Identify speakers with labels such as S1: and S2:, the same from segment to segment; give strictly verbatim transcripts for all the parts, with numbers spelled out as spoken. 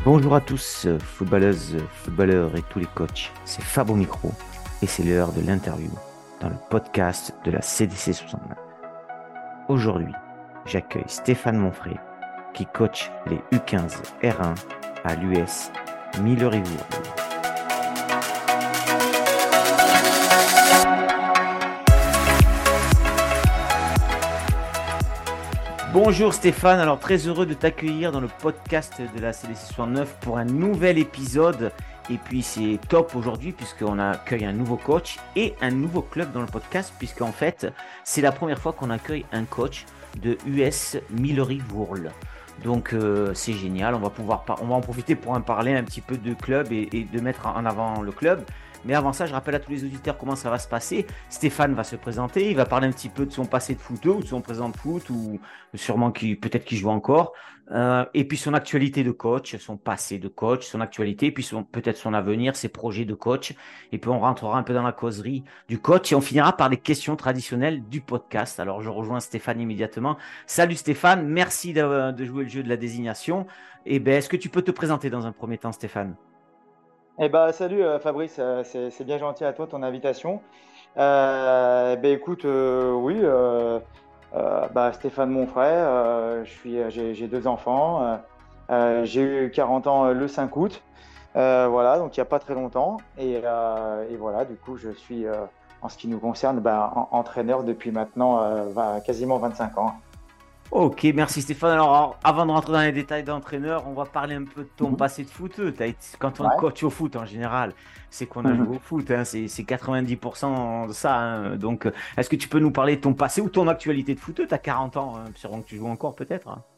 S1: Bonjour à tous, euh, footballeuses, footballeurs et tous les coachs. C'est Fab au micro et c'est l'heure de l'interview dans le podcast de la C D C soixante-neuf. Aujourd'hui, j'accueille Stéphane Monfray qui coach les U quinze R un à l'U S Millery-Wourle. Bonjour Stéphane, alors très heureux de t'accueillir dans le podcast de la C D C soixante-neuf pour un nouvel épisode. Et puis c'est top aujourd'hui puisqu'on accueille un nouveau coach et un nouveau club dans le podcast, puisqu'en fait c'est la première fois qu'on accueille un coach de U S Millery-Wourle. Donc euh, c'est génial, on va pouvoir par- on va en profiter pour en parler un petit peu de club et, et de mettre en avant le club. Mais avant ça, je rappelle à tous les auditeurs comment ça va se passer. Stéphane va se présenter, il va parler un petit peu de son passé de footeux ou de son présent de foot, ou sûrement qu'il, peut-être qu'il joue encore. Euh, et puis son actualité de coach, son passé de coach, son actualité, puis son, peut-être son avenir, ses projets de coach. Et puis on rentrera un peu dans la causerie du coach et on finira par les questions traditionnelles du podcast. Alors je rejoins Stéphane immédiatement. Salut Stéphane, merci de, de jouer le jeu de la désignation. Et ben, est-ce que tu peux te présenter dans un premier temps, Stéphane?
S2: Eh ben, salut euh, Fabrice, euh, c'est c'est bien gentil à toi ton invitation. Euh, ben écoute, euh, oui, euh, euh, bah, Stéphane Monfray, euh, je suis, euh, j'ai j'ai deux enfants, euh, euh, j'ai eu quarante ans euh, le cinq août, euh, voilà, donc il n'y a pas très longtemps, et, euh, et voilà, du coup je suis, euh, en ce qui nous concerne, ben, en- entraîneur depuis maintenant euh, vingt- quasiment vingt-cinq ans.
S1: Ok, merci Stéphane. Alors, alors, avant de rentrer dans les détails d'entraîneur, on va parler un peu de ton
S2: Mhm.
S1: passé de footeux. T'as été- Quand on
S2: Ouais.
S1: coach au foot en général, c'est qu'on a joué
S2: Mhm.
S1: au foot, hein. C'est c'est quatre-vingt-dix pour cent de ça, hein. Donc, euh, est-ce que tu peux nous parler de ton passé ou ton actualité de footeux? T'as quarante ans, hein. Sûrement que tu joues encore peut-être, hein.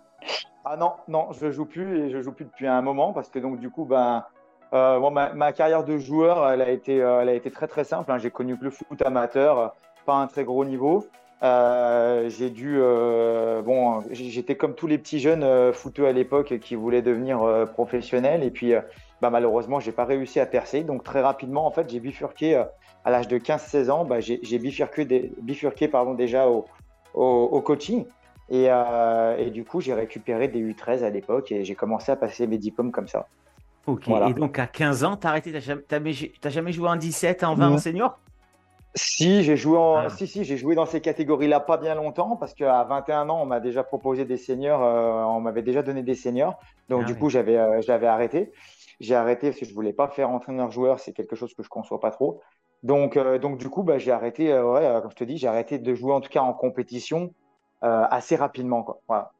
S2: Ah non, non, je joue plus et je joue plus depuis un moment parce que donc du coup, ben, euh, bon, ma, ma carrière de joueur, elle a été, euh, elle a été très très simple, hein. J'ai connu que le foot amateur, euh, pas un très gros niveau. Euh, j'ai dû, euh, bon, j'étais comme tous les petits jeunes euh, footeux à l'époque qui voulaient devenir euh, professionnels et puis, euh, bah, malheureusement, j'ai pas réussi à percer. Donc très rapidement, en fait, j'ai bifurqué euh, à l'âge de quinze seize ans, bah, j'ai j'ai bifurqué, des- bifurqué pardon, déjà au, au, au coaching. Et, euh, et du coup, j'ai récupéré des U treize à l'époque et j'ai commencé à passer mes diplômes comme ça.
S1: Ok, et
S2: Voilà.
S1: donc à quinze ans, t'as arrêté, t'as jamais, t'as jamais- t'as jamais joué en dix-sept, en vingt en
S2: Mm.
S1: senior?
S2: Si, j'ai joué en...
S1: Ah,
S2: si, si, j'ai joué dans ces catégories-là pas bien longtemps parce qu'à vingt et un ans, on m'a déjà proposé des seniors, euh, on m'avait déjà donné des seniors. Donc,
S1: ah
S2: du
S1: oui.
S2: coup, j'avais euh, j'avais arrêté. J'ai arrêté parce que je voulais pas faire entraîneur-joueur, c'est quelque chose que je conçois pas trop. Donc, euh, donc du coup, bah, j'ai arrêté, euh, ouais, euh, comme je te dis, j'ai arrêté de jouer en tout cas en compétition euh, assez rapidement, quoi. Voilà.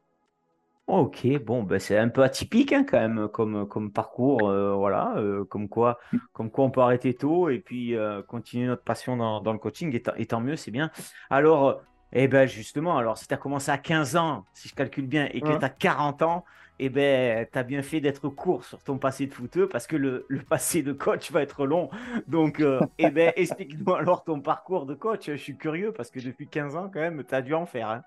S1: Ok, bon, ben c'est un peu atypique hein, quand même comme, comme parcours, euh, voilà, euh, comme quoi, comme quoi on peut arrêter tôt et puis euh, continuer notre passion dans, dans le coaching, et, tant et tant mieux, c'est bien. Alors, euh, eh ben justement, alors si tu as commencé à quinze ans, si je calcule bien, et que tu
S2: Mm.
S1: as quarante ans, eh ben, tu as bien fait d'être court sur ton passé de footeux parce que le, le passé de coach va être long. Donc, euh, eh ben, explique-nous alors ton parcours de coach, je suis curieux parce que depuis quinze ans, quand même, tu as dû en faire, hein.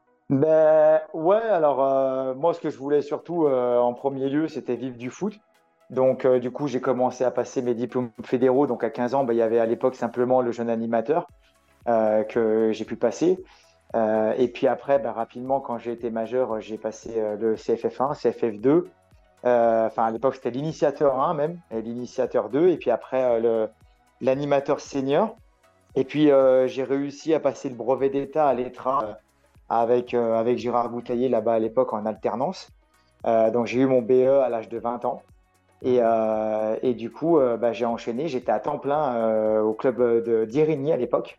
S2: Ben ouais, alors euh, moi ce que je voulais surtout euh, en premier lieu c'était vivre du foot. Donc euh, du coup j'ai commencé à passer mes diplômes fédéraux. Donc à quinze ans, ben, il y avait à l'époque simplement le jeune animateur euh, que j'ai pu passer. Euh, et puis après, ben, rapidement quand j'ai été majeur, j'ai passé euh, le C F F un, C F F deux. Euh, Enfin à l'époque c'était l'initiateur un même et l'initiateur deux. Et puis après euh, le, l'animateur senior. Et puis euh, j'ai réussi à passer le brevet d'État à l'E T R A avec, euh, avec Gérard Bouteiller là-bas à l'époque en alternance. Euh, donc j'ai eu mon B E à l'âge de vingt ans. Et, euh, et du coup, euh, bah, j'ai enchaîné. J'étais à temps plein euh, au club de d'Irigny à l'époque.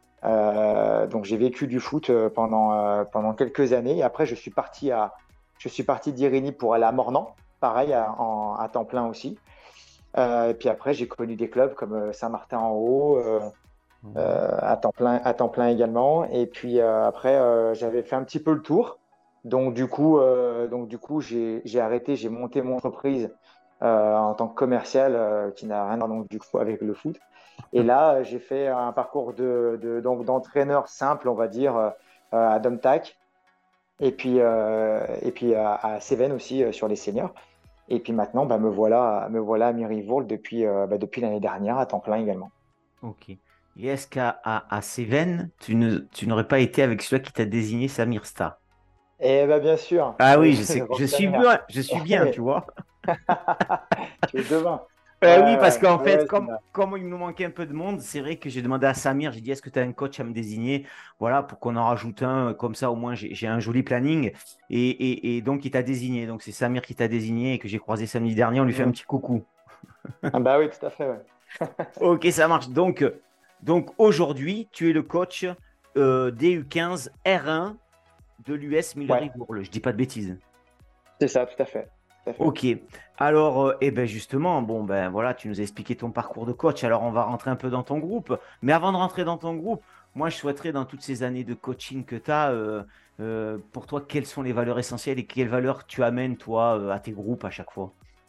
S2: Euh, donc j'ai vécu du foot euh, pendant, euh, pendant quelques années. Et après, je suis parti à, je suis parti d'Irigny pour aller à Mornan, pareil à, en- à temps plein aussi. Euh, et puis après, j'ai connu des clubs comme euh, Saint-Martin-en-Haut, euh,
S1: Mhm.
S2: euh, à temps plein, à temps plein également. Et puis euh, après, euh, j'avais fait un petit peu le tour. Donc du coup, euh, donc du coup, j'ai j'ai arrêté, j'ai monté mon entreprise euh, en tant que commercial euh, qui n'a rien à voir, donc du coup avec le foot. Et là, j'ai fait un parcours de, de donc d'entraîneur simple, on va dire, euh, à Domtac, et puis euh, et puis à, à Cévennes aussi euh, sur les seniors. Et puis maintenant, bah, me voilà, me voilà à Mirivourle depuis euh, bah, depuis l'année dernière à temps plein également.
S1: Ok. Et est-ce qu'à à, à Cévennes, tu ne, tu n'aurais pas été avec celui qui t'a désigné Samir Sta?
S2: Et bah, bien sûr,
S1: Ah
S2: oui,
S1: oui, je sais, je suis
S2: Roxana.
S1: bien, je suis bien, tu vois.
S2: Tu es devin. Ouais,
S1: Euh, oui, parce
S2: ouais,
S1: qu'en
S2: ouais,
S1: fait,
S2: ouais, c'est
S1: comme,
S2: bien.
S1: comme il nous manquait un peu de monde, c'est vrai que j'ai demandé à Samir, j'ai dit, est-ce que tu as un coach à me désigner? Voilà, pour qu'on en rajoute un, comme ça au moins j'ai j'ai un joli planning. Et, et, et donc il t'a désigné. Donc c'est Samir qui t'a désigné et que j'ai croisé samedi dernier, on lui fait un
S2: Mm.
S1: petit coucou.
S2: Ah bah oui, tout à fait. Ouais.
S1: Ok, ça marche. Donc, euh, donc aujourd'hui, tu es le coach euh, D U quinze R un de l'U S
S2: Ouais,
S1: Millery-Bourle. Je dis pas de bêtises.
S2: c'est ça, tout à fait. Tout à fait.
S1: Ok. Alors, euh, eh ben justement, bon ben voilà, tu nous as expliqué ton parcours de coach. Alors, on va rentrer un peu dans ton groupe. Mais avant de rentrer dans ton groupe, moi, je souhaiterais, dans toutes ces années de coaching que tu as, euh, euh, pour toi, quelles sont les valeurs essentielles et quelles valeurs tu amènes, toi, euh, à tes groupes à chaque fois?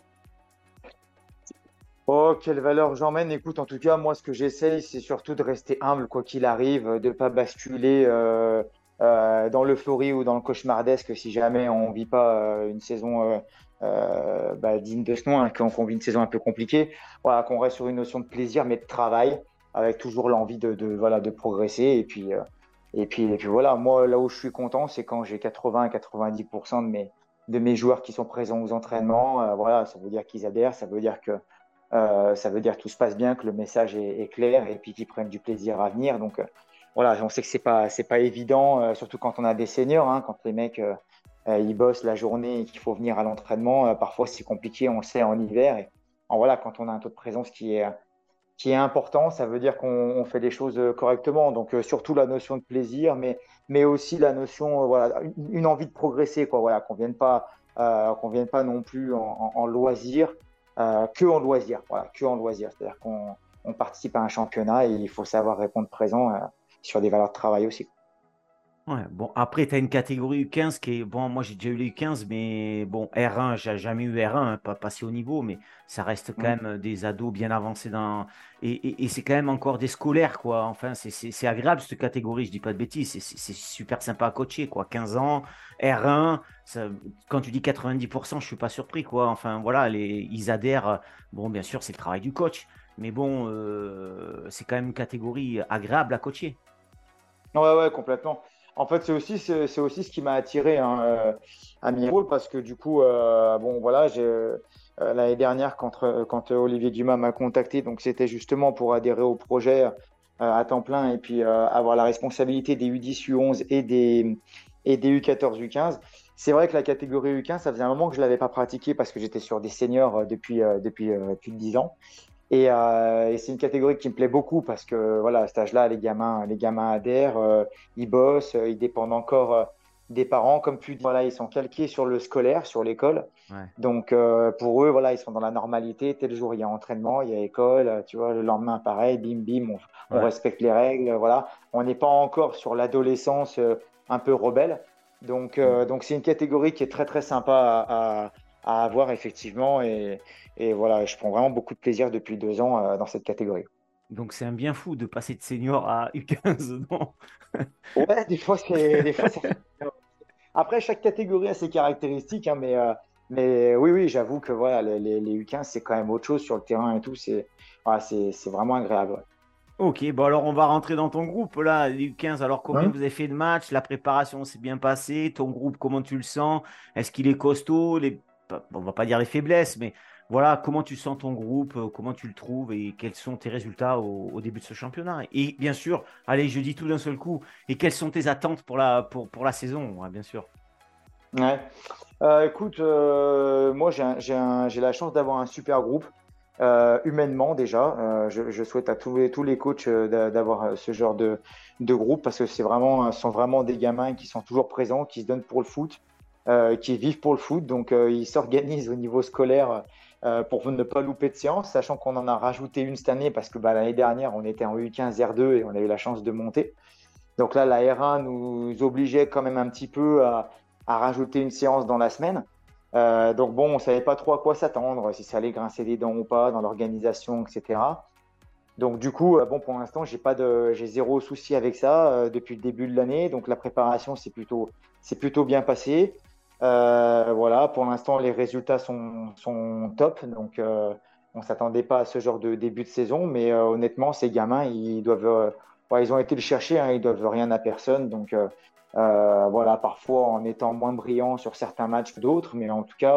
S2: Oh, quelle valeur j'emmène. Écoute, en tout cas, moi, ce que j'essaye, c'est surtout de rester humble, quoi qu'il arrive, de ne pas basculer euh, euh, dans l'euphorie ou dans le cauchemardesque si jamais on vit pas euh, une saison euh, euh, bah, digne de ce nom, hein, qu'on qu'on vit une saison un peu compliquée. Voilà, qu'on reste sur une notion de plaisir, mais de travail, avec toujours l'envie de, de, voilà, de progresser. Et puis, euh, et puis, et puis voilà, moi, là où je suis content, c'est quand j'ai quatre-vingts à quatre-vingt-dix pour cent de mes, de mes joueurs qui sont présents aux entraînements. Euh, voilà, ça veut dire qu'ils adhèrent, ça veut dire que euh, ça veut dire que tout se passe bien, que le message est, est clair et puis qu'ils prennent du plaisir à venir. Donc euh, voilà, on sait que c'est pas c'est pas évident, euh, surtout quand on a des seniors, hein, quand les mecs euh, euh, ils bossent la journée et qu'il faut venir à l'entraînement. Euh, parfois c'est compliqué, on le sait en hiver. Et en, voilà, quand on a un taux de présence qui est qui est important, ça veut dire qu'on on fait les choses euh, correctement. Donc euh, surtout la notion de plaisir, mais mais aussi la notion euh, voilà une, une envie de progresser quoi. Voilà, qu'on vienne pas euh, qu'on vienne pas non plus en, en, en loisir euh, que en loisir, voilà, que en loisir. C'est-à-dire qu'on on participe à un championnat et il faut savoir répondre présent euh, sur des valeurs de travail aussi.
S1: Ouais, bon, après, tu as une catégorie U quinze qui est, bon, moi j'ai déjà eu les U quinze, mais bon, R un, j'ai jamais eu R un, hein, pas passé au niveau, mais ça reste quand
S2: Mm.
S1: même des ados bien avancés dans. Et, et- et c'est quand même encore des scolaires, quoi. Enfin, c'est c'est- c'est agréable cette catégorie, je dis pas de bêtises, c'est c'est- c'est super sympa à coacher, quoi. quinze ans, R un, ça- quand tu dis quatre-vingt-dix pour cent, je suis pas surpris, quoi. Enfin, voilà, les, ils adhèrent. Bon, bien sûr, c'est le travail du coach, mais bon, euh, c'est quand même une catégorie agréable à coacher.
S2: Ouais, ouais, complètement. En fait, c'est aussi, c'est c'est aussi ce qui m'a attiré hein, euh, à Mirol parce que du coup, euh, bon, voilà, j'ai, euh, l'année dernière, quand, euh, quand euh, Olivier Dumas m'a contacté, donc c'était justement pour adhérer au projet euh, à temps plein et puis euh, avoir la responsabilité des U dix, U onze et des, et des U quatorze, U quinze. C'est vrai que la catégorie U quinze, ça faisait un moment que je l'avais pas pratiqué parce que j'étais sur des seniors euh, depuis, euh, depuis euh, plus de dix ans. Et, euh, et c'est une catégorie qui me plaît beaucoup parce que voilà, à cet âge-là, les gamins, les gamins adhèrent, euh, ils bossent, euh, ils dépendent encore euh, des parents. Comme tu dis, voilà, ils sont calqués sur le scolaire, sur l'école.
S1: Ouais.
S2: Donc euh, pour eux, voilà, ils sont dans la normalité. Tel jour, il y a entraînement, il y a école. euh, Tu vois, le lendemain, pareil, bim, bim, on, on
S1: Ouais.
S2: respecte les règles. Voilà, on n'est pas encore sur l'adolescence euh, un peu rebelle. Donc euh, donc c'est une catégorie qui est très très sympa à, à, à avoir effectivement et et voilà, je prends vraiment beaucoup de plaisir depuis deux ans euh, dans cette catégorie.
S1: Donc c'est un bien fou de passer de senior à U quinze, non?
S2: Ouais, des fois, c'est, des fois, ça fait. Après, chaque catégorie a ses caractéristiques, hein, mais, euh, mais oui, oui, j'avoue que voilà, les, les, les U quinze, c'est quand même autre chose sur le terrain et tout. C'est voilà, c'est, c'est vraiment agréable. Ouais.
S1: Ok, bon alors on va rentrer dans ton groupe là, les U quinze. Alors combien
S2: Hum.
S1: vous avez fait de matchs? La préparation s'est bien passée? Ton groupe, comment tu le sens? Est-ce qu'il est costaud? Les... pas- bon, on va pas dire les faiblesses, mais voilà, comment tu sens ton groupe? euh, Comment tu le trouves? Et quels sont tes résultats au, au début de ce championnat? Et bien sûr, allez, je dis tout d'un seul coup. Et quelles sont tes attentes pour la, pour, pour la saison? Ouais, bien sûr.
S2: Ouais. Euh, écoute, euh, moi, j'ai un- j'ai un- j'ai la chance d'avoir un super groupe. Euh, humainement déjà. Euh, je, je souhaite à tous les, tous les coachs euh, d'a- d'avoir euh, ce genre de, de groupe parce que c'est vraiment, ce sont vraiment des gamins qui sont toujours présents, qui se donnent pour le foot, euh, qui vivent pour le foot. Donc, euh, ils s'organisent au niveau scolaire euh, pour ne pas louper de séance, sachant qu'on en a rajouté une cette année parce que bah, l'année dernière, on était en U quinze R deux et on a eu la chance de monter. Donc là, la R un nous obligeait quand même un petit peu à, à rajouter une séance dans la semaine. Euh, donc bon, on ne savait pas trop à quoi s'attendre, si ça allait grincer des dents ou pas dans l'organisation, et cetera. Donc du coup, euh, bon, pour l'instant, j'ai pas de, j'ai zéro souci avec ça euh, depuis le début de l'année. Donc la préparation, c'est plutôt, c'est plutôt bien passé. Euh, voilà, pour l'instant, les résultats sont, sont top. Donc euh, on s'attendait pas à ce genre de début de saison, mais euh, honnêtement, ces gamins, ils doivent, euh, ouais, ils ont été le chercher, hein, ils doivent rien à personne. Donc euh, euh, voilà, parfois en étant moins brillants sur certains matchs que d'autres, mais en tout cas.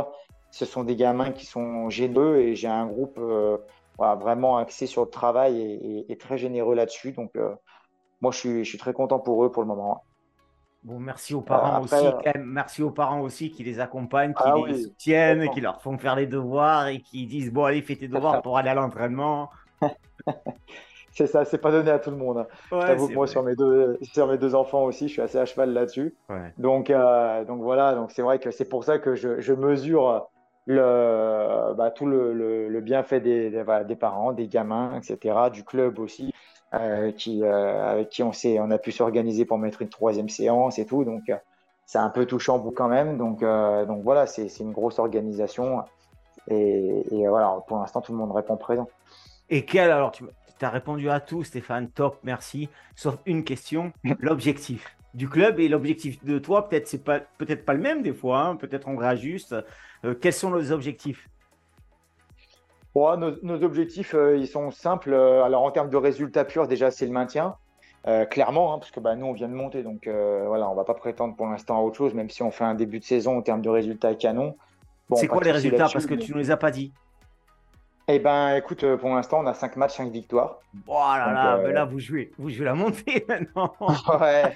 S2: ce sont des gamins qui sont généreux et j'ai un groupe euh, voilà, vraiment axé sur le travail et, et- et très généreux là-dessus. Donc, euh, moi, je suis, je suis très content pour eux pour le moment.
S1: Bon, merci aux
S2: Euh,
S1: parents
S2: après,
S1: aussi,
S2: euh,
S1: quand même. Merci aux parents aussi qui les accompagnent, qui
S2: ah
S1: les
S2: oui,
S1: soutiennent, qui
S2: complètement.
S1: leur font faire les devoirs et qui disent, bon, allez, fais tes devoirs pour aller à l'entraînement.
S2: C'est ça, c'est pas donné à tout le monde, hein. Je
S1: Ouais,
S2: t'avoue
S1: c'est
S2: que moi, sur
S1: vrai.
S2: mes deux, sur mes deux enfants aussi, je suis assez à cheval là-dessus.
S1: Ouais.
S2: Donc, euh, donc voilà, donc c'est vrai que c'est pour ça que je, je mesure le, bah, tout le, le, le bienfait des, des, voilà, des parents, des gamins, et cetera, du club aussi, euh, qui, euh, avec qui on s'est, on a pu s'organiser pour mettre une troisième séance et tout. Donc, euh, c'est un peu touchant quand même. Donc, euh, donc voilà, c'est, c'est une grosse organisation. Et, et voilà, pour l'instant, tout le monde répond présent.
S1: Et quel, alors, tu as répondu à tout, Stéphane, top, merci. Sauf une question, l'objectif du club et l'objectif de toi, peut-être c'est pas, peut-être pas le même des fois, hein, peut-être on réajuste. Euh, quels sont les objectifs?
S2: Bon, nos, nos objectifs, euh, ils sont simples. Euh, Alors, en termes de résultats purs, déjà, c'est le maintien, euh, clairement, hein, parce que bah, nous, on vient de monter. Donc, euh, voilà, on va pas prétendre pour l'instant à autre chose, même si on fait un début de saison en termes de résultats canon. Bon,
S1: C'est
S2: pas
S1: quoi
S2: de
S1: les
S2: souci
S1: résultats?
S2: là-dessus.
S1: Parce que
S2: Mais...
S1: tu ne les as pas dit.
S2: Eh ben, écoute, euh, pour l'instant, on a cinq matchs, cinq victoires.
S1: Oh là
S2: Donc,
S1: là,
S2: euh,
S1: ben là, vous jouez, vous jouez la montée maintenant.
S2: ouais.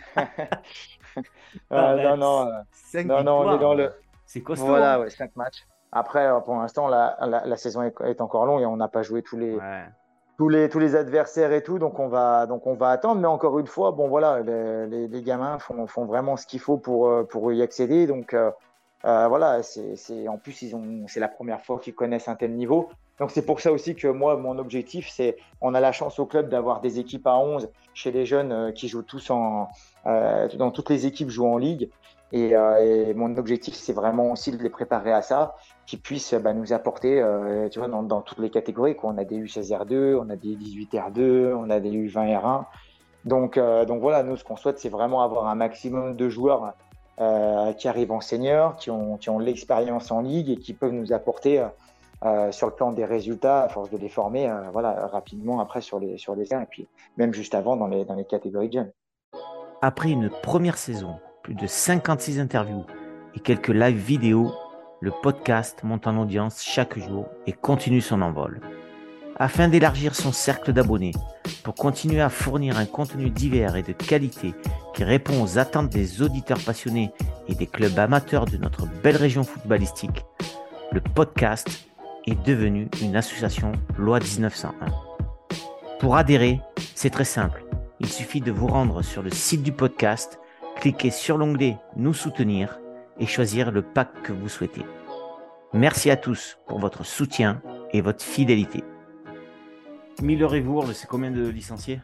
S2: Euh, non,
S1: Arrête.
S2: non, euh,
S1: Cinq
S2: non, non, on est dans
S1: victoires,
S2: le.
S1: c'est costaud, hein?
S2: Voilà, ouais, cinq matchs. Après, euh, pour l'instant, la, la, la saison est, est encore longue et on n'a pas joué tous les,
S1: Ouais.
S2: tous les, tous les adversaires et tout, donc on va, donc on va attendre. Mais encore une fois, bon voilà, les, les, les gamins font, font vraiment ce qu'il faut pour, euh, pour y accéder. Donc euh, euh, voilà, c'est, c'est, en plus, ils ont, c'est la première fois qu'ils connaissent un tel niveau. Donc c'est pour ça aussi que moi, mon objectif, c'est, on a la chance au club d'avoir des équipes à onze chez les jeunes euh, qui jouent tous en, euh, dans toutes les équipes jouent en ligue. Et, euh, et mon objectif, c'est vraiment aussi de les préparer à ça, qui puissent bah, nous apporter, euh, tu vois, dans, dans toutes les catégories, quoi. On a des U seize R deux, on a des dix-huit R deux, on a des U vingt R un. Donc, euh, donc voilà, nous, ce qu'on souhaite, c'est vraiment avoir un maximum de joueurs euh, qui arrivent en senior, qui ont, qui ont l'expérience en ligue et qui peuvent nous apporter euh, sur le plan des résultats, à force de les former, euh, voilà, rapidement après sur les sur les terrains, et puis même juste avant dans les dans les catégories de jeunes.
S1: Après une première saison, plus de cinquante-six interviews et quelques live vidéo, le podcast monte en audience chaque jour et continue son envol. Afin d'élargir son cercle d'abonnés, pour continuer à fournir un contenu divers et de qualité qui répond aux attentes des auditeurs passionnés et des clubs amateurs de notre belle région footballistique, le podcast est devenu une association loi dix-neuf cent un. Pour adhérer, c'est très simple. Il suffit de vous rendre sur le site du podcast, cliquer sur l'onglet Nous soutenir et choisir le pack que vous souhaitez. Merci à tous pour votre soutien et votre fidélité. Miller et Vourles, c'est combien de licenciés?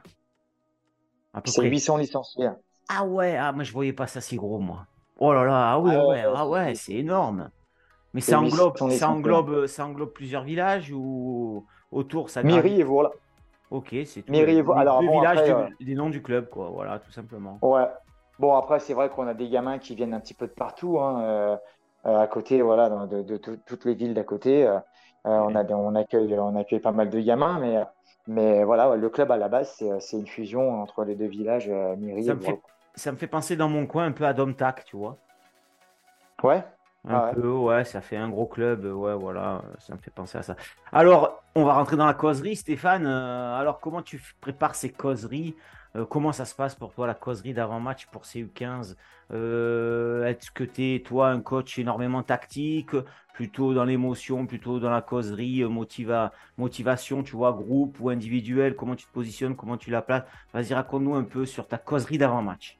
S1: À peu
S2: C'est
S1: près.
S2: huit cents licenciés.
S1: Ah ouais, ah, moi je voyais pas ça si gros, moi. Oh là là, ah ouais,
S2: Ah
S1: ouais,
S2: ouais,
S1: ah ouais,
S2: c'est
S1: c'est énorme. Mais
S2: c'est
S1: ça englobe,
S2: huit cents
S1: ça
S2: licenciés.
S1: englobe, ça englobe plusieurs villages ou autour, ça
S2: Mairie
S1: gravite.
S2: et voilà.
S1: Ok, c'est tout.
S2: Mairie et voilà.
S1: Les
S2: Alors
S1: deux
S2: bon,
S1: villages
S2: après, euh,
S1: du- des noms du club, quoi. Voilà, tout simplement.
S2: ouais. Bon, après, c'est vrai qu'on a des gamins qui viennent un petit peu de partout, hein, euh, euh, à côté, voilà, dans- de, de tout- toutes les villes d'à côté. Euh, euh, on a,
S1: Ok.
S2: des- on accueille, on accueille pas mal de gamins, mais, mais voilà, ouais, le club à la base, c'est, c'est une fusion entre les deux villages, euh, Mairie et
S1: Ça me
S2: Vourles.
S1: fait, ça me fait penser dans mon coin un peu à Domtac, tu vois.
S2: Ouais?
S1: Un
S2: Ah ouais.
S1: peu, ouais, ça fait un gros club, euh, ouais, voilà, euh, ça me fait penser à ça. Alors, on va rentrer dans la causerie, Stéphane. Euh, alors, comment tu f- prépares ces causeries? Euh, comment ça se passe pour toi, la causerie d'avant-match pour C U quinze? Euh, est-ce que tu es, toi, un coach énormément tactique, plutôt dans l'émotion, plutôt dans la causerie, euh, motiva- motivation, tu vois, groupe ou individuel? Comment tu te positionnes, comment tu la places? Vas-y, raconte-nous un peu sur ta causerie d'avant-match.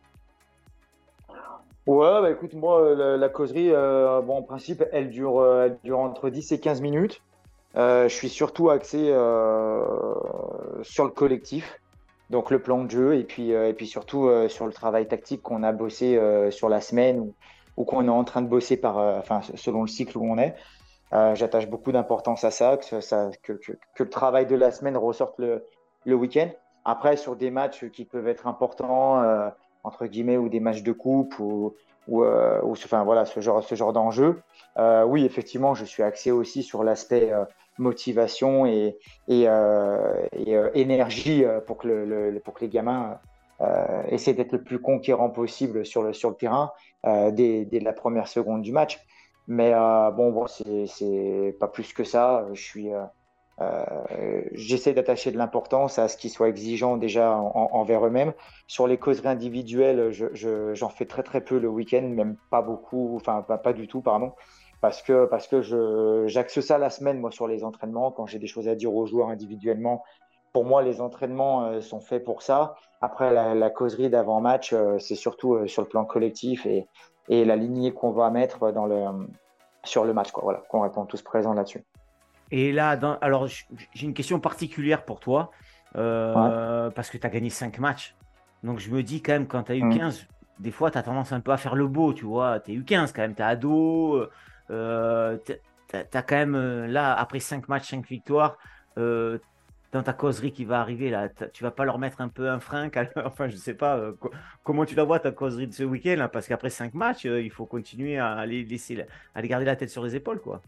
S2: Ouais, bah écoute, moi, euh, la, la causerie, euh, bon, en principe, elle dure, euh, elle dure entre dix et quinze minutes. Euh, je suis surtout axé euh, sur le collectif, donc le plan de jeu, et puis, euh, et puis surtout euh, sur le travail tactique qu'on a bossé euh, sur la semaine ou, ou qu'on est en train de bosser par, euh, enfin, selon le cycle où on est. Euh, j'attache beaucoup d'importance à ça, que, ça que, que, que le travail de la semaine ressorte le, le week-end. Après, sur des matchs qui peuvent être importants, euh, entre guillemets, ou des matchs de coupe, ou, ou, euh, ou enfin, voilà, ce genre, ce genre d'enjeu, euh, oui, effectivement, je suis axé aussi sur l'aspect euh, motivation et, et, euh, et euh, énergie euh, pour, que le, le, pour que les gamins euh, essaient d'être le plus conquérants possible sur le, sur le terrain euh, dès, dès la première seconde du match. Mais euh, bon, bon c'est, c'est pas plus que ça. Je suis, euh, euh, j'essaie d'attacher de l'importance à ce qu'ils soient exigeants déjà en- en- envers eux-mêmes. Sur les causeries individuelles, je, je- j'en fais très très peu le week-end, même pas beaucoup, enfin pas, pas du tout, pardon, parce que, parce que je, j'axe ça la semaine, moi, sur les entraînements, quand j'ai des choses à dire aux joueurs individuellement. Pour moi, les entraînements euh, sont faits pour ça. Après, la, la causerie d'avant-match, euh, c'est surtout euh, sur le plan collectif et, et la lignée qu'on va mettre dans le, sur le match, quoi. Voilà, qu'on répond tous présents là-dessus.
S1: Et là, dans- alors j- j'ai une question particulière pour toi,
S2: Ouais.
S1: euh, parce que tu as gagné cinq matchs. Donc je me dis quand même, quand tu as eu
S2: Mm.
S1: quinze, des fois, tu as tendance un peu à faire le beau, tu vois. Tu as eu quinze quand même, tu es ado. Euh, tu as, quand même, euh, là, après cinq matchs, cinq victoires, euh, dans ta causerie qui va arriver, là, t'as- tu vas pas leur mettre un peu un frein, quand- enfin, je sais pas, euh, co- comment tu la vois, ta causerie de ce week-end, là, parce qu'après cinq matchs, euh, il faut continuer à les laisser, la- à les garder la tête sur les épaules, quoi.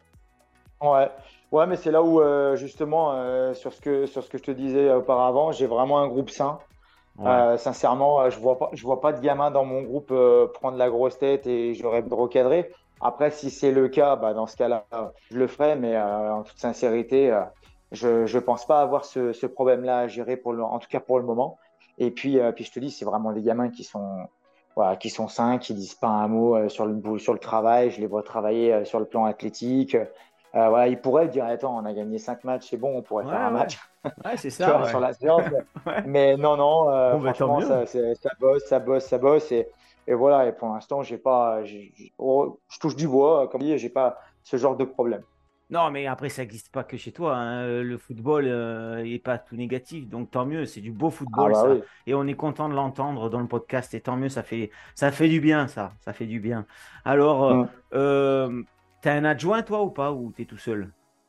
S2: Ouais, ouais, mais c'est là où euh, justement euh, sur ce que sur ce que je te disais auparavant, j'ai vraiment un groupe sain.
S1: Ouais.
S2: Euh, sincèrement, euh, je vois pas je vois pas de gamin dans mon groupe euh, prendre la grosse tête et j'aurais de recadrer. Après, si c'est le cas, bah, dans ce cas-là, je le ferai, mais euh, en toute sincérité, euh, je je pense pas avoir ce, ce problème-là à gérer pour le en tout cas pour le moment. Et puis euh, puis je te dis, c'est vraiment des gamins qui sont voilà, qui sont sains, qui disent pas un mot euh, sur le bout- sur le travail. Je les vois travailler euh, sur le plan athlétique. Euh, voilà, ils pourraient dire, attends, on a gagné cinq matchs, c'est bon, on pourrait faire
S1: Ouais,
S2: un
S1: ouais.
S2: match,
S1: Ouais, c'est
S2: tu
S1: ça,
S2: vois, sur
S1: ouais.
S2: la séance.
S1: Ouais.
S2: Mais non, non, euh,
S1: Bon, ben tant
S2: franchement,
S1: mieux.
S2: ça, c'est- ça bosse, ça bosse, ça bosse. Et, et voilà, et pour l'instant, j'ai pas, j'ai- j'ai- oh, je touche du bois, comme dit, j'ai pas ce genre de problème.
S1: Non, mais après, ça n'existe pas que chez toi, hein. Le football n'est pas tout négatif, donc tant mieux. C'est du beau
S2: Ah
S1: football,
S2: bah
S1: ça.
S2: oui.
S1: Et on est content de l'entendre dans le podcast, et tant mieux, ça fait, ça fait du bien, ça. Ça fait du bien. Alors,
S2: Mm.
S1: euh, tu as un adjoint, toi, ou pas, ou tu es tout seul?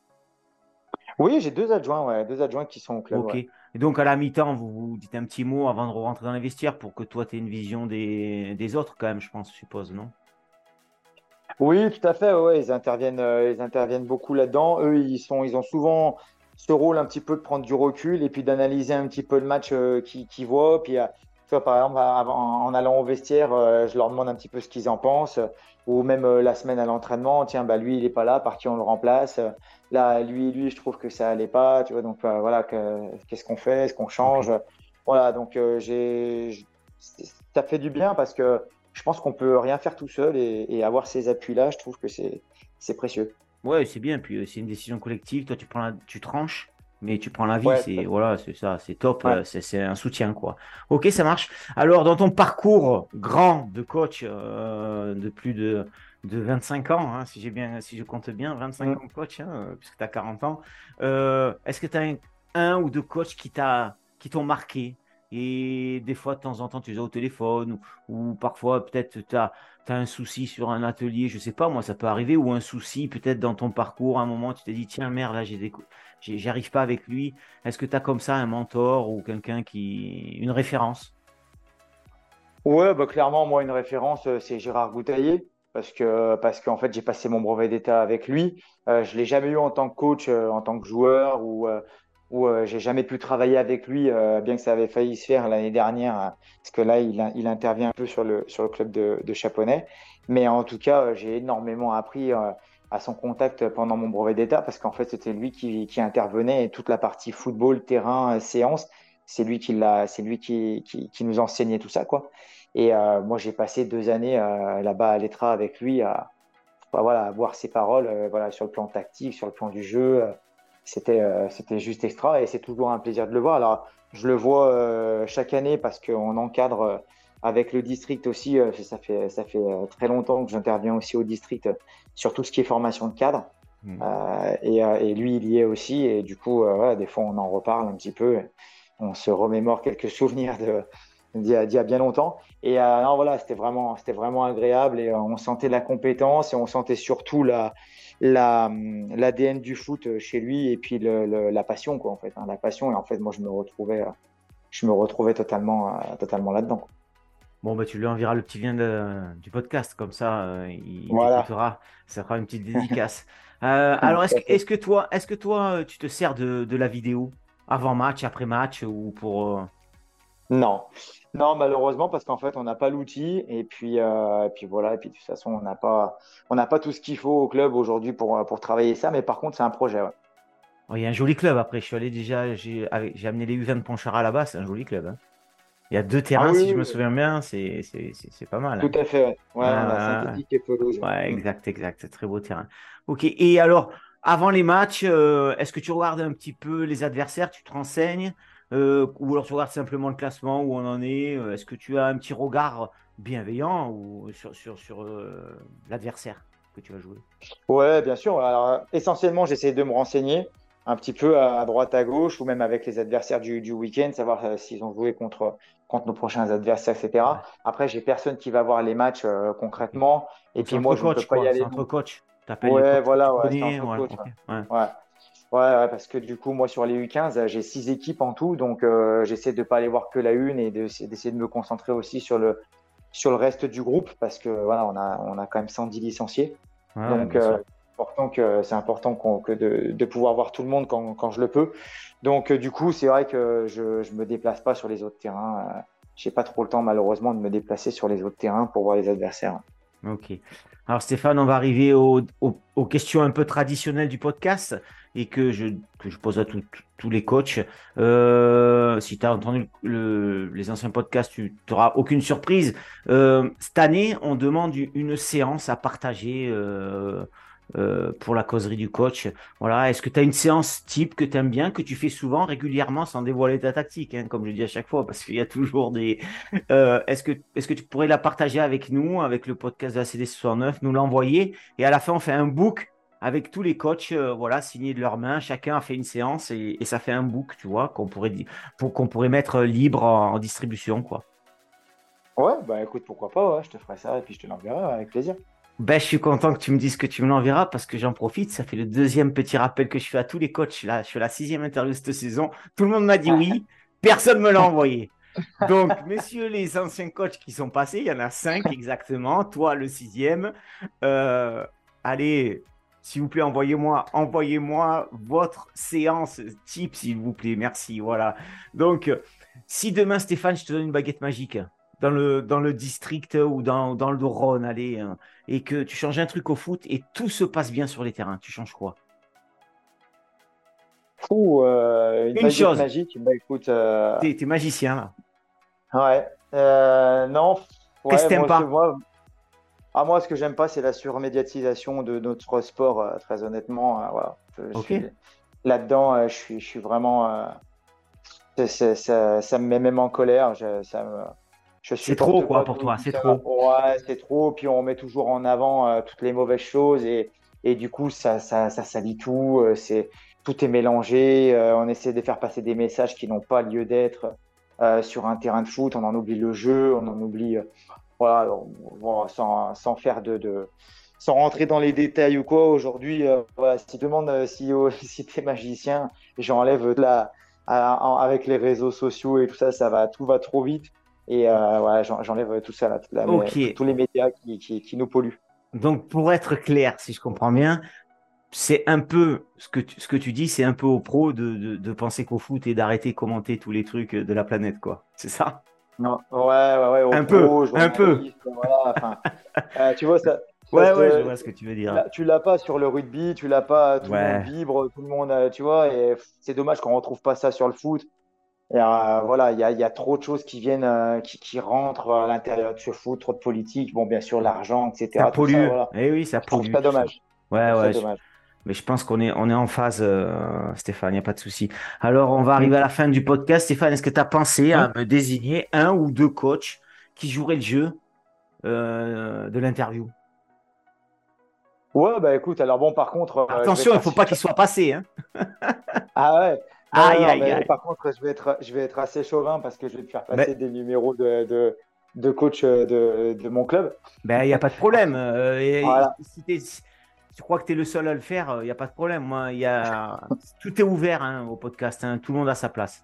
S2: Oui, j'ai deux adjoints, ouais, deux adjoints qui sont au club,
S1: Ok.
S2: ouais.
S1: Et donc, à la mi-temps, vous vous dites un petit mot avant de rentrer dans les vestiaires pour que toi, tu aies une vision des, des autres, quand même, je pense, je suppose, non?
S2: Oui, tout à fait. Ouais, ouais, ils interviennent, euh, ils interviennent beaucoup là-dedans. Eux, ils sont, ils ont souvent ce rôle un petit peu de prendre du recul et puis d'analyser un petit peu le match euh, qu'ils qu'ils voient. Puis, euh, tu vois, par exemple, avant- en allant au vestiaire, euh, je leur demande un petit peu ce qu'ils en pensent. Ou même euh, la semaine à l'entraînement, tiens, bah lui, il est pas là, par qui on le remplace. Euh, Là, lui, lui, je trouve que ça allait pas. Tu vois, donc euh, voilà, que- qu'est-ce qu'on fait? Est-ce qu'on
S1: Ok.
S2: change? Voilà, donc euh, j'ai, j'- ça fait du bien parce que je pense qu'on peut rien faire tout seul et, et avoir ces appuis-là, je trouve que c'est c'est précieux.
S1: Ouais, c'est bien. Puis euh, c'est une décision collective. Toi, tu prends la- tu tranches, mais tu prends la vie.
S2: Ouais, tout
S1: C'est
S2: à fait.
S1: voilà, c'est ça, c'est top.
S2: Ouais.
S1: euh, C'est c'est un soutien, quoi. Ok, ça marche. Alors, dans ton parcours grand de coach euh, de plus de, de vingt-cinq ans, hein, si j'ai bien, si je compte bien, vingt-cinq
S2: Mm.
S1: ans de coach, hein, euh, puisque tu as quarante ans, euh, est-ce que tu as un, un ou deux coachs qui t'a, qui t'ont marqué? Et des fois, de temps en temps, tu les as au téléphone ou, ou parfois, peut-être, tu as tu as un souci sur un atelier, je sais pas, moi, ça peut arriver, ou un souci peut-être dans ton parcours, à un moment, tu t'es dit, tiens, merde, là, j'ai des... cou- j'ai- j'arrive pas avec lui. Est-ce que tu as comme ça un mentor ou quelqu'un qui... une référence?
S2: Ouais, bah clairement, moi, une référence, euh, c'est Gérard Goutaillé, parce que parce qu'en fait, j'ai passé mon brevet d'État avec lui. Euh, je l'ai jamais eu en tant que coach, euh, en tant que joueur, ou euh, ou euh, j'ai jamais pu travailler avec lui, euh, bien que ça avait failli se faire l'année dernière, hein, parce que là, il, a- il intervient un peu sur le sur le club de, de Chaponnet. Mais en tout cas, euh, j'ai énormément appris euh, à son contact pendant mon brevet d'État, parce qu'en fait, c'était lui qui qui intervenait et toute la partie football, terrain, euh, séance, c'est lui qui l'a, c'est lui qui, qui qui nous enseignait tout ça, quoi. Et euh, moi, j'ai passé deux années euh, là-bas à l'E T R A avec lui, à, bah, voilà, à voir ses paroles euh, voilà, sur le plan tactique, sur le plan du jeu. Euh, c'était, euh, c'était juste extra et c'est toujours un plaisir de le voir. Alors, je le vois euh, chaque année parce qu'on encadre euh, avec le district aussi. Euh, ça fait, ça fait euh, très longtemps que j'interviens aussi au district euh, sur tout ce qui est formation de cadre.
S1: Hmm.
S2: Euh, et, euh, et lui, il y est aussi. Et du coup, euh, voilà, des fois, on en reparle un petit peu. On se remémore quelques souvenirs de, d'il y a, d'il y a bien longtemps. Et euh, non, voilà, c'était vraiment, c'était vraiment agréable et euh, on sentait la compétence et on sentait surtout la, la, hum, l'A D N du foot euh, chez lui et puis le, le- la passion, quoi, en fait, hein, la passion. Et en fait, moi, je me retrouvais, euh, je me retrouvais totalement, euh, totalement là-dedans, quoi.
S1: Bon, bah, tu lui enverras le petit lien de- du podcast, comme ça, euh, il, il
S2: Voilà.
S1: t'écoutera. Ça fera une petite dédicace. Euh, alors, est-ce
S2: Tout à
S1: que,
S2: fait.
S1: est-ce que toi, est-ce que toi, euh, tu te sers de, de la vidéo avant match, après match, ou pour... euh,
S2: Non, non, malheureusement, parce qu'en fait, on n'a pas l'outil. Et puis, euh, et puis voilà. Et puis de toute façon, on n'a pas, on n'a pas tout ce qu'il faut au club aujourd'hui pour, pour travailler ça. Mais par contre, c'est un projet. Ouais.
S1: Oh, il y a un joli club après. Je suis allé déjà, j'ai avec- j'ai amené les U vingt de Pontcharra là-bas, c'est un joli club, hein. Il y a deux
S2: Ah
S1: terrains,
S2: oui,
S1: si je
S2: oui,
S1: me
S2: oui,
S1: souviens bien, c'est c'est- c'est- c'est pas mal,
S2: tout
S1: hein.
S2: à fait. Ouais, ouais, on a
S1: Euh,
S2: synthétique et pelouse. Ouais.
S1: ouais,
S2: Mm.
S1: exact, exact. C'est très beau terrain. Ok. Et alors, avant les matchs, euh, est-ce que tu regardes un petit peu les adversaires, tu te renseignes, euh, ou alors tu regardes simplement le classement où on en est? euh, Est-ce que tu as un petit regard bienveillant ou sur, sur, sur euh, l'adversaire que tu vas jouer?
S2: Ouais, bien sûr. Alors, euh, essentiellement, j'essaie de me renseigner un petit peu à, à droite, à gauche, ou même avec les adversaires du, du week-end, savoir euh, s'ils ont joué contre, contre nos prochains adversaires, et cetera.
S1: Ouais.
S2: Après, j'ai personne qui va voir les matchs euh,
S1: Ok.
S2: concrètement. Et
S1: Donc c'est
S2: puis
S1: entre
S2: moi, je ne peux
S1: coachs,
S2: pas y
S1: quoi. C'est
S2: aller
S1: entre
S2: non.
S1: coachs. Tu appelles les
S2: Ouais,
S1: coachs que tu
S2: voilà, ouais, c'est
S1: connais.
S2: entre
S1: Voilà.
S2: coachs.
S1: Ok.
S2: Ouais.
S1: Ouais.
S2: Ouais. Ouais, ouais, parce que du coup, moi, sur les U quinze, euh, j'ai six équipes en tout. Donc, euh, j'essaie de pas aller voir que la une et de- d'essayer de me concentrer aussi sur le, sur le reste du groupe parce que voilà, on a, on a quand même cent dix licenciés.
S1: Ouais, ouais,
S2: Donc,
S1: bien
S2: euh,
S1: sûr.
S2: important que, c'est important qu'on- que de, de pouvoir voir tout le monde quand, quand je le peux. Donc, euh, du coup, c'est vrai que je je me déplace pas sur les autres terrains. Euh, j'ai pas trop le temps, malheureusement, de me déplacer sur les autres terrains pour voir les adversaires.
S1: Ok. Alors Stéphane, on va arriver au- au- aux questions un peu traditionnelles du podcast et que je, que je pose à tout- tout- tous les coachs. Euh, si tu as entendu le- les anciens podcasts, tu n'auras aucune surprise. Euh, cette année, on demande une séance à partager euh, euh, pour la causerie du coach. Voilà. Est-ce que tu as une séance type que tu aimes bien, que tu fais souvent, régulièrement, sans dévoiler ta tactique, hein, comme je dis à chaque fois, parce qu'il y a toujours des, euh, est-ce que, est-ce que tu pourrais la partager avec nous, avec le podcast de la C D soixante-neuf, nous l'envoyer et à la fin, on fait un book avec tous les coachs, euh, voilà, signés de leurs mains. Chacun a fait une séance et, et ça fait un book, tu vois, qu'on pourrait, di- pour, qu'on pourrait mettre libre en, en distribution, quoi.
S2: Ouais, bah écoute, pourquoi pas, ouais, je te ferai ça et puis je te l'enverrai avec plaisir.
S1: Ben, je suis content que tu me dises que tu me l'enverras parce que j'en profite. Ça fait le deuxième petit rappel que je fais à tous les coachs. Là, je suis à la sixième interview cette saison. Tout le monde m'a dit oui. Personne ne me l'a envoyé. Donc, messieurs les anciens coachs qui sont passés, il y en a cinq exactement. Toi, le sixième. Euh, allez, s'il vous plaît, envoyez-moi, envoyez-moi votre séance type, s'il vous plaît. Merci. Voilà. Donc, si demain, Stéphane, je te donne une baguette magique dans le, dans le district ou dans, dans le Rhône, allez, hein, et que tu changes un truc au foot et tout se passe bien sur les terrains, tu changes quoi?
S2: Ou euh, une
S1: Une
S2: baguette
S1: chose,
S2: magique, bah écoute, euh,
S1: t'es, t'es magicien là.
S2: ouais, euh, non,
S1: Qu'est-ce que
S2: ouais,
S1: t'aimes
S2: moi, ce que
S1: pas?
S2: moi, ah, moi, ce que j'aime pas, c'est la surmédiatisation de notre sport, euh, très honnêtement, euh, voilà, je, je
S1: Ok.
S2: suis là-dedans, euh, je suis, je suis vraiment, euh, c'est- c'est- ça, ça me met même en colère, je, ça me, je
S1: C'est trop
S2: supporte
S1: quoi
S2: pas
S1: pour
S2: tout,
S1: toi,
S2: tout
S1: c'est
S2: ça,
S1: trop.
S2: ouais, c'est trop, puis on met toujours en avant euh, toutes les mauvaises choses et, et du coup, ça, ça, ça salit tout, euh, c'est, tout est mélangé, euh, on essaie de faire passer des messages qui n'ont pas lieu d'être euh, sur un terrain de foot, on en oublie le jeu, on en oublie, euh, voilà, on- bon, sans, sans faire de, de- sans rentrer dans les détails ou quoi, aujourd'hui, euh, voilà, si tu demandes euh, si, euh, si tu es magicien, j'enlève de la, à- à- avec les réseaux sociaux et tout ça, ça va, tout va trop vite. Et euh, voilà, j'en- j'enlève tout ça, là, toute la- mais,
S1: Ok.
S2: tous tous les médias qui, qui, qui nous polluent.
S1: Donc pour être clair, si je comprends bien, c'est un peu ce que tu, ce que tu dis, c'est un peu au pro de, de, de penser qu'au foot et d'arrêter de commenter tous les trucs de la planète, quoi. C'est ça?
S2: Non, ouais, ouais, ouais, aux
S1: Un peu,
S2: pros,
S1: un peu.
S2: journalistes, voilà, enfin, euh, tu vois, ça, ça
S1: Ouais, ouais, je
S2: te,
S1: vois ce que tu veux
S2: tu
S1: dire.
S2: l'as tu l'as pas sur le rugby, tu l'as pas, tout le monde
S1: Ouais.
S2: vibre, tout le monde, euh, tu vois, et c'est dommage qu'on retrouve pas ça sur le foot. Et euh, voilà, il y a, il y a trop de choses qui viennent, euh, qui, qui rentrent à l'intérieur de ce foot, trop de politique, bon, bien sûr, l'argent,
S1: Ça
S2: et cetera. Tout ça,
S1: pollue.
S2: voilà.
S1: Eh oui, ça
S2: Je trouve
S1: pollue
S2: ça
S1: tout ça.
S2: dommage. Je
S1: Ouais,
S2: trouve ça
S1: ouais. je-
S2: dommage.
S1: Mais je pense qu'on est, on est en phase, euh, Stéphane, il n'y a pas de souci. Alors, on va
S2: Mm.
S1: arriver à la fin du podcast. Stéphane, est-ce que tu as pensé
S2: Mm.
S1: à me désigner un ou deux coachs qui joueraient le jeu euh, de l'interview?
S2: Ouais, bah écoute, alors bon, par contre, euh, je vais
S1: Attention,
S2: être
S1: il ne faut
S2: assez
S1: pas qu'il
S2: chauvin.
S1: soit passé, hein.
S2: Ah ouais, non, non,
S1: Aïe,
S2: non,
S1: aïe,
S2: mais
S1: aïe.
S2: par contre, je vais être, je vais être assez chauvin parce que je vais te faire
S1: Ben,
S2: passer des numéros de, de, de coach euh, de, de mon club.
S1: ben, il n'y a pas de problème. Euh, et- et
S2: Voilà,
S1: si t'es- si tu crois que tu es le seul à le faire, il n'y a pas de problème. Moi, il y a... Tout est ouvert hein, au podcast, hein. Tout le monde a sa place.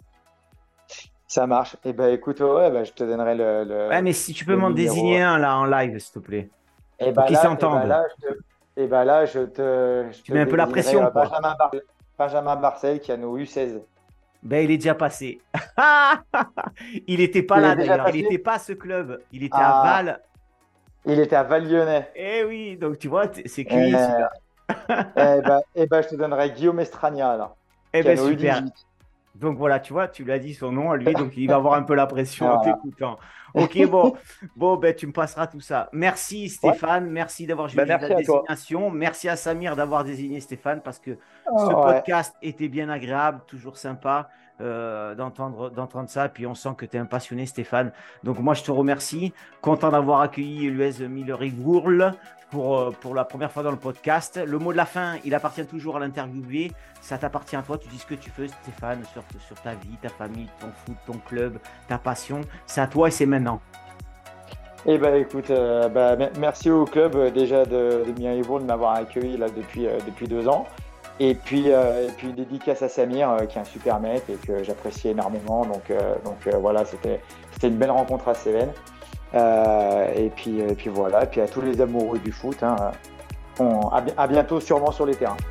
S2: ça marche. Et ben écoute, ouais, bah, je te donnerai le,
S1: Ouais,
S2: le,
S1: mais si tu peux
S2: le
S1: m'en
S2: numéro.
S1: désigner un là en live, s'il te plaît,
S2: Et
S1: pour
S2: ben
S1: qu'ils
S2: là, et ben
S1: s'entendent.
S2: là, je te, et ben là, je te, je
S1: Tu
S2: te
S1: mets un peu la
S2: désignerai
S1: pression,
S2: euh,
S1: quoi.
S2: Benjamin, Bar- Benjamin Marcel qui a nos U seize.
S1: Ben, il est déjà passé. Il n'était pas
S2: Il
S1: là
S2: est déjà
S1: d'ailleurs. Il
S2: passé?
S1: n'était pas à ce club. Il était à
S2: Ah,
S1: Val.
S2: il était à Val-Lyonnais.
S1: Eh oui, donc tu vois, t- c'est cueilli
S2: Euh,
S1: celui-là.
S2: eh ben, eh ben, je te donnerai Guillaume Estragna, là,
S1: Eh ben
S2: Cano
S1: super.
S2: U dix-huit.
S1: Donc voilà, tu vois, tu lui as dit son nom à lui, donc il va avoir un peu la pression en
S2: Voilà.
S1: t'écoutant. Ok, bon, bon, ben tu me passeras tout ça. Merci
S2: Ouais,
S1: Stéphane, merci d'avoir joué
S2: ben,
S1: le jeu de la
S2: merci à toi.
S1: désignation. Merci à Samir d'avoir désigné Stéphane parce que ce
S2: Ah, ouais.
S1: podcast était bien agréable, toujours sympa euh, d'entendre d'entendre ça. Puis on sent que tu es un passionné, Stéphane. Donc moi, je te remercie. Content d'avoir accueilli Luez Miller-Igourle pour, euh, pour la première fois dans le podcast. Le mot de la fin, il appartient toujours à l'interviewé. Ça t'appartient à toi. Tu dis ce que tu veux, Stéphane, sur, sur ta vie, ta famille, ton foot, ton club, ta passion. C'est à toi et c'est maintenant.
S2: Eh ben, écoute, euh, bah, me- merci au club euh, déjà de, de Mirivour de m'avoir accueilli là depuis, euh, depuis deux ans. Et puis, euh, et puis dédicace à Samir, euh, qui est un super mec et que j'apprécie énormément. Donc, euh, donc euh, voilà, c'était, c'était une belle rencontre à Cévennes. Euh, et puis, et puis voilà, et puis à tous les amoureux du foot, hein, on- à, bi- à bientôt sûrement sur les terrains.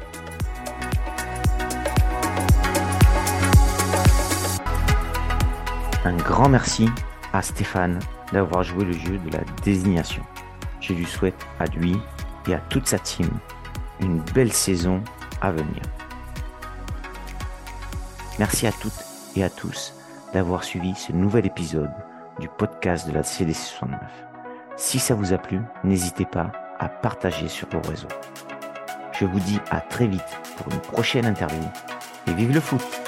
S1: Un grand merci à Stéphane d'avoir joué le jeu de la désignation. Je lui souhaite à lui et à toute sa team une belle saison à venir. Merci à toutes et à tous d'avoir suivi ce nouvel épisode du podcast de la C D C soixante-neuf. Si ça vous a plu, n'hésitez pas à partager sur vos réseaux. Je vous dis à très vite pour une prochaine interview et vive le foot!